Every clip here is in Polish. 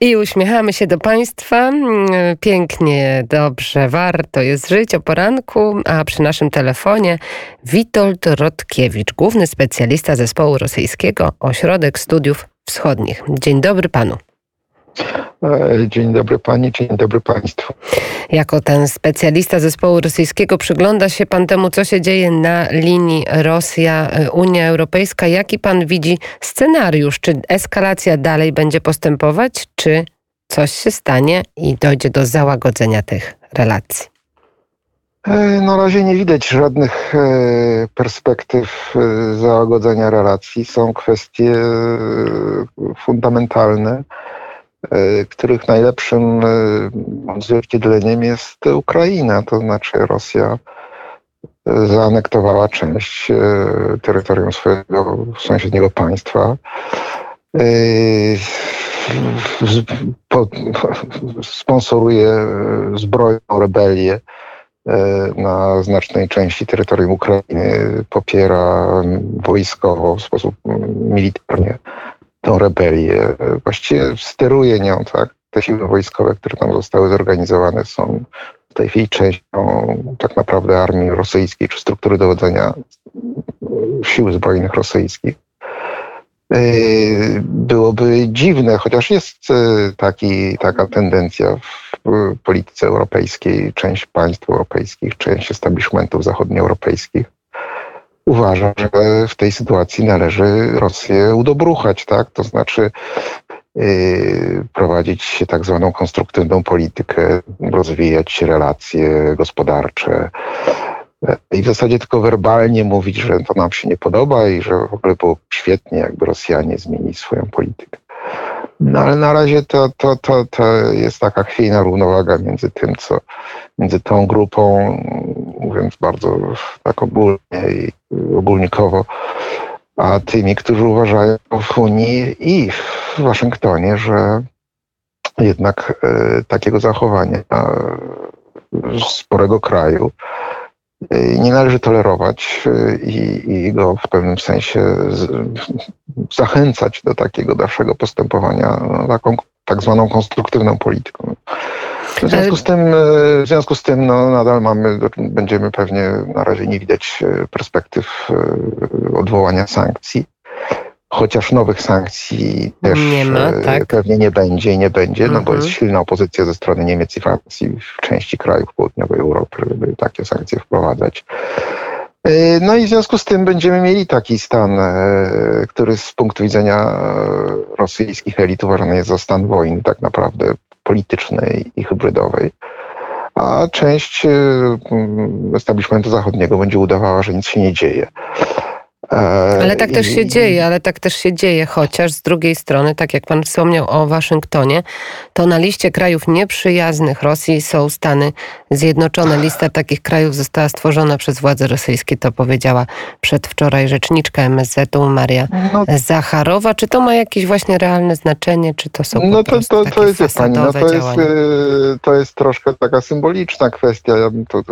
I uśmiechamy się do Państwa. Pięknie, dobrze, warto jest żyć o poranku, a przy naszym telefonie Witold Rotkiewicz, główny specjalista zespołu rosyjskiego Ośrodek Studiów Wschodnich. Dzień dobry Panu. Dzień dobry Pani, dzień dobry Państwu. Jako ten specjalista zespołu rosyjskiego przygląda się Pan temu, co się dzieje na linii Rosja-Unia Europejska. Jaki Pan widzi scenariusz? Czy eskalacja dalej będzie postępować, czy coś się stanie i dojdzie do załagodzenia tych relacji? Na razie nie widać żadnych perspektyw załagodzenia relacji. Są kwestie fundamentalne, których najlepszym odzwierciedleniem jest Ukraina, to znaczy Rosja zaanektowała część terytorium swojego sąsiedniego państwa. Sponsoruje zbrojną rebelię na znacznej części terytorium Ukrainy, popiera wojskowo w sposób militarnie tą rebelię, właściwie steruje nią, tak? Te siły wojskowe, które tam zostały zorganizowane, są w tej chwili częścią tak naprawdę armii rosyjskiej, czy struktury dowodzenia sił zbrojnych rosyjskich. Byłoby dziwne, chociaż jest taka tendencja w polityce europejskiej, część państw europejskich, część establishmentów zachodnioeuropejskich uważa, że w tej sytuacji należy Rosję udobruchać, tak? To znaczy prowadzić tak zwaną konstruktywną politykę, rozwijać relacje gospodarcze i w zasadzie tylko werbalnie mówić, że to nam się nie podoba i że w ogóle było świetnie, jakby Rosjanie zmienili swoją politykę. No ale na razie to jest taka chwiejna równowaga między tą grupą, mówiąc bardzo tak ogólnie i ogólnikowo, a tymi, którzy uważają w Unii i w Waszyngtonie, że jednak takiego zachowania sporego kraju nie należy tolerować i go w pewnym sensie zachęcać do takiego dalszego postępowania taką tak zwaną konstruktywną polityką. W związku z tym nadal będziemy pewnie, na razie nie widać perspektyw odwołania sankcji. Chociaż nowych sankcji też nie ma, tak? Pewnie nie będzie, no bo jest silna opozycja ze strony Niemiec i Francji w części krajów południowej Europy, żeby takie sankcje wprowadzać. No i w związku z tym będziemy mieli taki stan, który z punktu widzenia rosyjskich elit uważany jest za stan wojny tak naprawdę politycznej i hybrydowej. A część establishmentu zachodniego będzie udawała, że nic się nie dzieje. Ale tak też się dzieje, chociaż z drugiej strony, tak jak pan wspomniał o Waszyngtonie, to na liście krajów nieprzyjaznych Rosji są Stany Zjednoczone. Lista takich krajów została stworzona przez władze rosyjskie, to powiedziała przedwczoraj rzeczniczka MSZ-u Maria Zacharowa. Czy to ma jakieś właśnie realne znaczenie, czy to są po prostu takie fasadowe działania? To jest troszkę taka symboliczna kwestia. To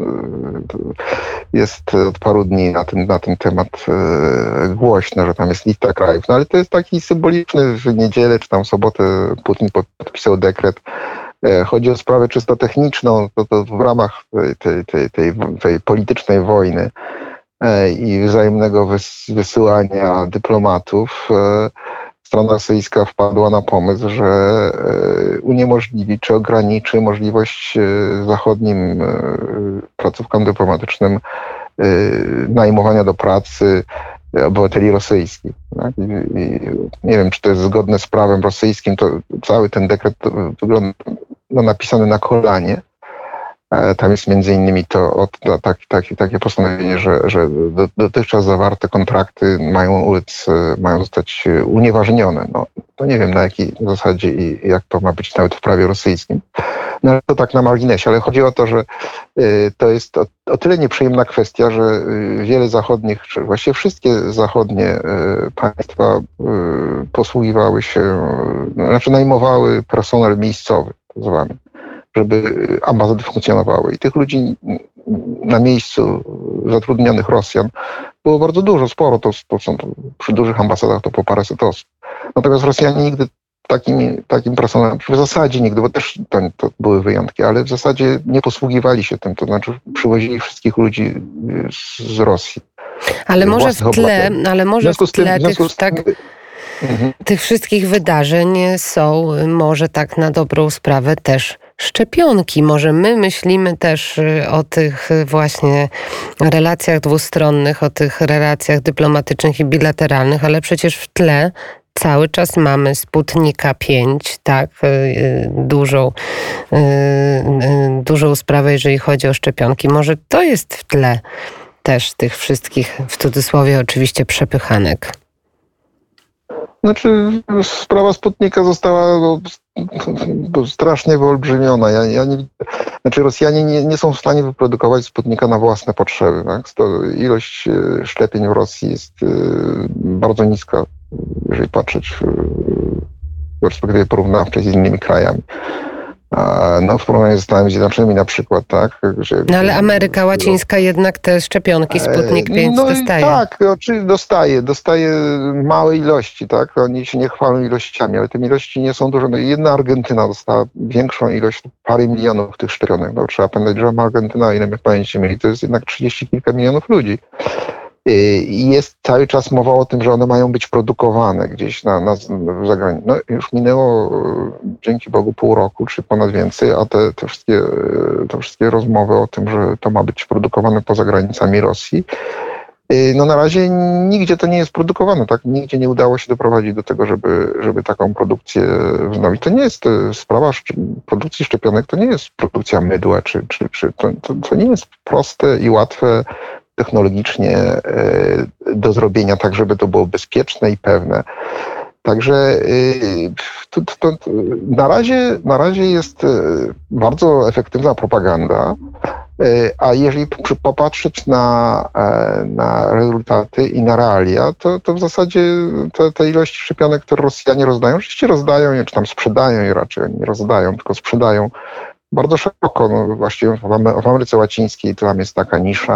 jest od paru dni na ten temat głośno, że tam jest lista krajów. No ale to jest taki symboliczny, w niedzielę czy tam w sobotę Putin podpisał dekret. Chodzi o sprawę czysto techniczną, to w ramach tej politycznej wojny i wzajemnego wysyłania dyplomatów strona rosyjska wpadła na pomysł, że uniemożliwi czy ograniczy możliwość zachodnim placówkom dyplomatycznym najmowania do pracy obywateli rosyjskich. Tak? I nie wiem, czy to jest zgodne z prawem rosyjskim, to cały ten dekret wygląda napisany na kolanie. Tam jest między innymi takie postanowienie, że dotychczas zawarte kontrakty mają zostać unieważnione. No, to nie wiem na jakiej zasadzie i jak to ma być nawet w prawie rosyjskim. No ale to tak na marginesie, ale chodzi o to, że to jest o tyle nieprzyjemna kwestia, że wiele zachodnich, czy właściwie wszystkie zachodnie państwa posługiwały się, najmowały personel miejscowy, tak zwany, żeby ambasady funkcjonowały. I tych ludzi na miejscu zatrudnionych Rosjan było bardzo dużo, sporo. To są przy dużych ambasadach to po paręset osób. Natomiast Rosjanie nigdy takim personelem w zasadzie nigdy, bo też to były wyjątki, ale w zasadzie nie posługiwali się tym, to znaczy przywozili wszystkich ludzi z Rosji. Ale może w tle, tych wszystkich wydarzeń są może tak na dobrą sprawę też szczepionki. Może my myślimy też o tych właśnie relacjach dwustronnych, o tych relacjach dyplomatycznych i bilateralnych, ale przecież w tle cały czas mamy Sputnika 5, tak, dużą sprawę, jeżeli chodzi o szczepionki. Może to jest w tle też tych wszystkich, w cudzysłowie oczywiście, przepychanek. Znaczy, sprawa Sputnika została strasznie wyolbrzymiona. Rosjanie nie są w stanie wyprodukować Sputnika na własne potrzeby. Tak? Ilość szczepień w Rosji jest bardzo niska, jeżeli patrzeć w perspektywie porównawczej z innymi krajami. W porównaniu ze Stanami Zjednoczonymi na przykład, tak? Ale Ameryka Łacińska jednak te szczepionki Sputnik 5 dostaje. Tak, dostaje małe ilości, tak? Oni się nie chwalą ilościami, ale te ilości nie są duże. Jedna Argentyna dostała większą ilość, parę milionów tych szczepionek. Trzeba pamiętać, że Argentyna, ile my w pamięci mieli, to jest jednak 30 kilka milionów ludzi. I jest cały czas mowa o tym, że one mają być produkowane gdzieś w zagranicy. Już minęło, dzięki Bogu, pół roku, czy ponad więcej, a te wszystkie rozmowy o tym, że to ma być produkowane poza granicami Rosji, na razie nigdzie to nie jest produkowane, tak? Nigdzie nie udało się doprowadzić do tego, żeby taką produkcję wznowić. To nie jest sprawa produkcji szczepionek, to nie jest produkcja mydła, to nie jest proste i łatwe technologicznie do zrobienia, tak żeby to było bezpieczne i pewne. Także na razie jest bardzo efektywna propaganda, a jeżeli popatrzeć na rezultaty i na realia, to w zasadzie te ilości szczepionek, które Rosjanie rozdają, oczywiście rozdają, czy tam sprzedają je raczej, oni nie rozdają, tylko sprzedają bardzo szeroko. Właściwie w Ameryce Łacińskiej to tam jest taka nisza,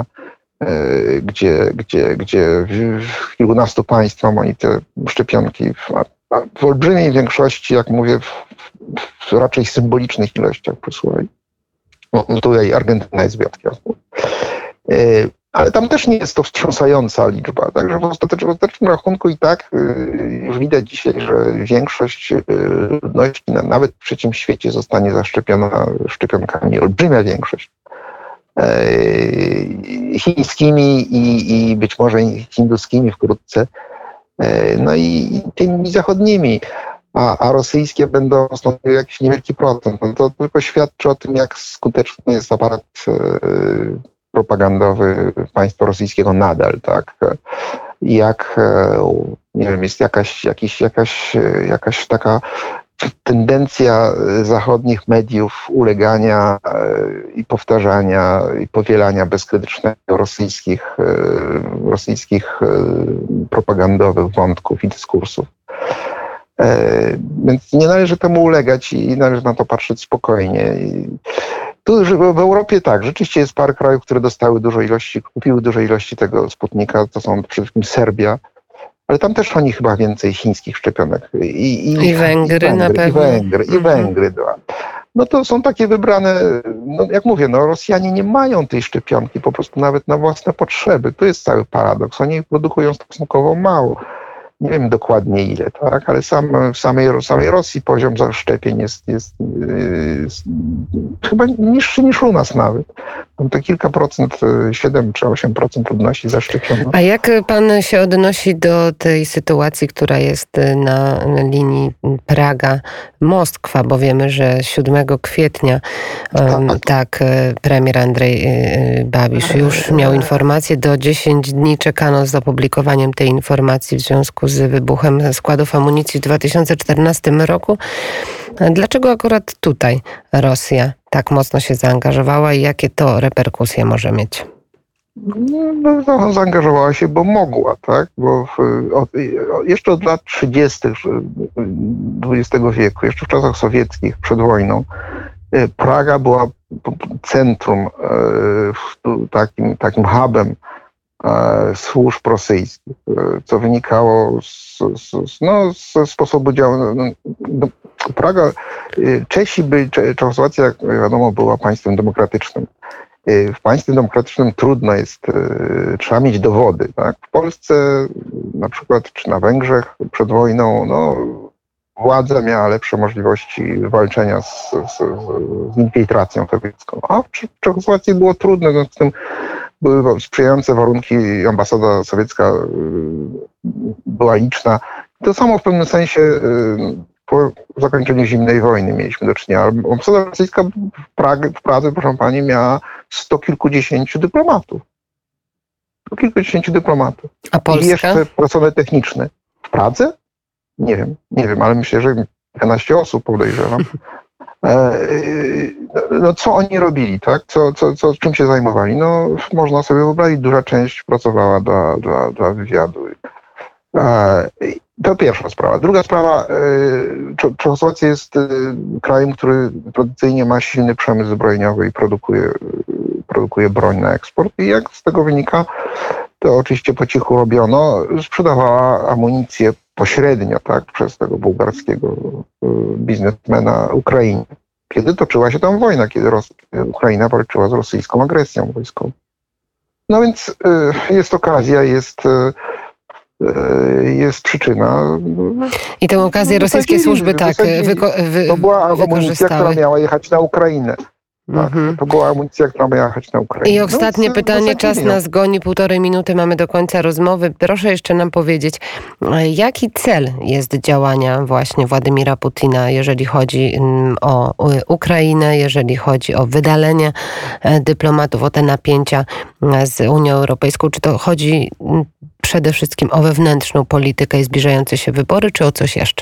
gdzie w kilkunastu państwach oni te szczepionki w olbrzymiej większości, jak mówię, w raczej symbolicznych ilościach przesyłali. Tutaj Argentyna jest wyjątkiem. Ale tam też nie jest to wstrząsająca liczba. Także w ostatecznym rachunku i tak już widać dzisiaj, że większość ludności, nawet w trzecim świecie, zostanie zaszczepiona szczepionkami. Olbrzymia większość. Chińskimi i być może hinduskimi wkrótce, i tymi zachodnimi, a rosyjskie będą stanowiły jakiś niewielki procent. To tylko świadczy o tym, jak skuteczny jest aparat propagandowy państwa rosyjskiego nadal, tak? Jak, nie wiem, jest jakaś taka tendencja zachodnich mediów ulegania i powtarzania i powielania bezkrytycznego rosyjskich propagandowych wątków i dyskursów. Więc nie należy temu ulegać i należy na to patrzeć spokojnie. Tu w Europie tak, rzeczywiście jest parę krajów, które kupiły duże ilości tego Sputnika, to są przede wszystkim Serbia, ale tam też oni chyba więcej chińskich szczepionek. I Węgry na pewno. I Węgry. To są takie wybrane, jak mówię, Rosjanie nie mają tej szczepionki po prostu nawet na własne potrzeby. To jest cały paradoks. Oni produkują stosunkowo mało. Nie wiem dokładnie ile, tak, ale w samej Rosji poziom zaszczepień jest chyba niższy niż u nas nawet. Tam to kilka procent, 7 czy 8% ludności zaszczepiono. A jak pan się odnosi do tej sytuacji, która jest na linii Praga-Moskwa, bo wiemy, że 7 kwietnia premier Andrzej Babisz już miał informację, do 10 dni czekano z opublikowaniem tej informacji w związku z wybuchem składów amunicji w 2014 roku. Dlaczego akurat tutaj Rosja tak mocno się zaangażowała i jakie to reperkusje może mieć? Zaangażowała się, bo mogła, tak? Bo jeszcze od lat 30. XX wieku, jeszcze w czasach sowieckich, przed wojną, Praga była centrum, takim hubem służb rosyjskich, co wynikało z sposobu działania. Praga, Czechosłowacja, jak wiadomo, była państwem demokratycznym. W państwie demokratycznym trudno jest, trzeba mieć dowody. Tak? W Polsce na przykład, czy na Węgrzech przed wojną, władza miała lepsze możliwości walczenia z infiltracją sowiecką. A w Czechosłowacji było trudno, w związku z tym były sprzyjające warunki, ambasada sowiecka była liczna. To samo w pewnym sensie po zakończeniu zimnej wojny mieliśmy do czynienia. Ambasada rosyjska w Pradze, proszę pani, miała kilkudziesięciu dyplomatów. A Polska? I jeszcze personel techniczny. W Pradze? Nie wiem, ale myślę, że 15 osób podejrzewam. Co oni robili, tak? Czym się zajmowali? Można sobie wyobrazić, duża część pracowała dla wywiadu. To pierwsza sprawa. Druga sprawa, Czechosłowacja jest krajem, który tradycyjnie ma silny przemysł zbrojeniowy i produkuje broń na eksport. I jak z tego wynika, to oczywiście po cichu robiono, sprzedawała amunicję pośrednio, tak, przez tego bułgarskiego biznesmena Ukrainie. Kiedy toczyła się tam wojna, kiedy Ukraina walczyła z rosyjską agresją wojskową. No więc jest okazja, jest przyczyna. I tę okazję rosyjskie służby to była amunicja, która miała jechać na Ukrainę. Tak, to była amunicja, która miała jechać na Ukrainę. I ostatnie pytanie, czas nas goni, 1,5 minuty mamy do końca rozmowy. Proszę jeszcze nam powiedzieć, jaki cel jest działania właśnie Władimira Putina, jeżeli chodzi o Ukrainę, jeżeli chodzi o wydalenie dyplomatów, o te napięcia z Unią Europejską? Czy to chodzi przede wszystkim o wewnętrzną politykę i zbliżające się wybory, czy o coś jeszcze?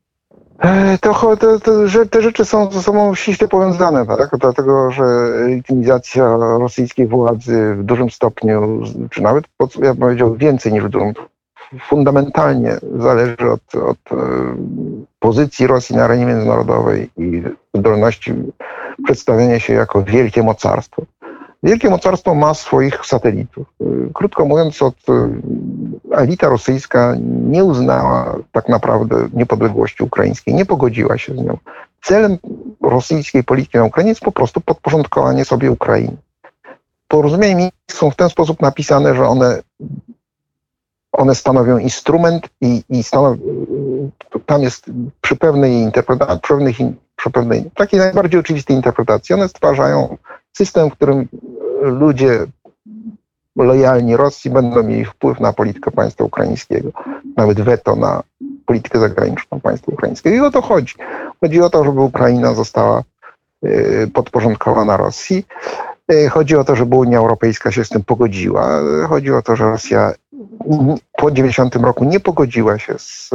Te rzeczy są ze sobą ściśle powiązane, tak? Dlatego, że legitymizacja rosyjskiej władzy w dużym stopniu, czy nawet, ja bym powiedział, więcej niż w dużym, fundamentalnie zależy od pozycji Rosji na arenie międzynarodowej i zdolności przedstawienia się jako wielkie mocarstwo. Wielkie mocarstwo ma swoich satelitów. Krótko mówiąc, elita rosyjska nie uznała tak naprawdę niepodległości ukraińskiej, nie pogodziła się z nią. Celem rosyjskiej polityki na Ukrainie jest po prostu podporządkowanie sobie Ukrainy. Porozumienia są w ten sposób napisane, że one stanowią instrument i tam jest przy pewnej interpretacji, przy pewnej takiej najbardziej oczywistej interpretacji, one stwarzają system, w którym ludzie lojalni Rosji będą mieli wpływ na politykę państwa ukraińskiego, nawet weto na politykę zagraniczną państwa ukraińskiego. I o to chodzi. Chodzi o to, żeby Ukraina została podporządkowana Rosji. Chodzi o to, żeby Unia Europejska się z tym pogodziła. Chodzi o to, że Rosja po 1990 roku nie pogodziła się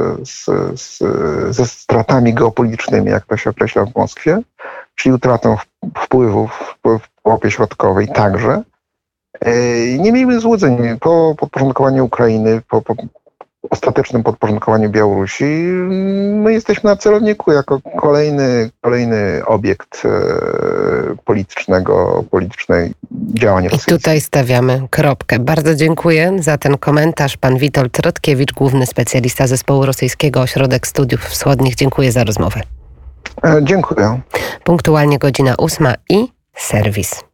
ze stratami geopolitycznymi, jak to się określa w Moskwie, czyli utratą wpływów w Europie Środkowej także. Nie miejmy złudzeń. Po podporządkowaniu Ukrainy, po ostatecznym podporządkowaniu Białorusi, my jesteśmy na celowniku jako kolejny obiekt politycznej działań rosyjskich. I tutaj stawiamy kropkę. Bardzo dziękuję za ten komentarz. Pan Witold Rotkiewicz, główny specjalista Zespołu Rosyjskiego Ośrodek Studiów Wschodnich. Dziękuję za rozmowę. Dziękuję. Punktualnie godzina 8 i serwis.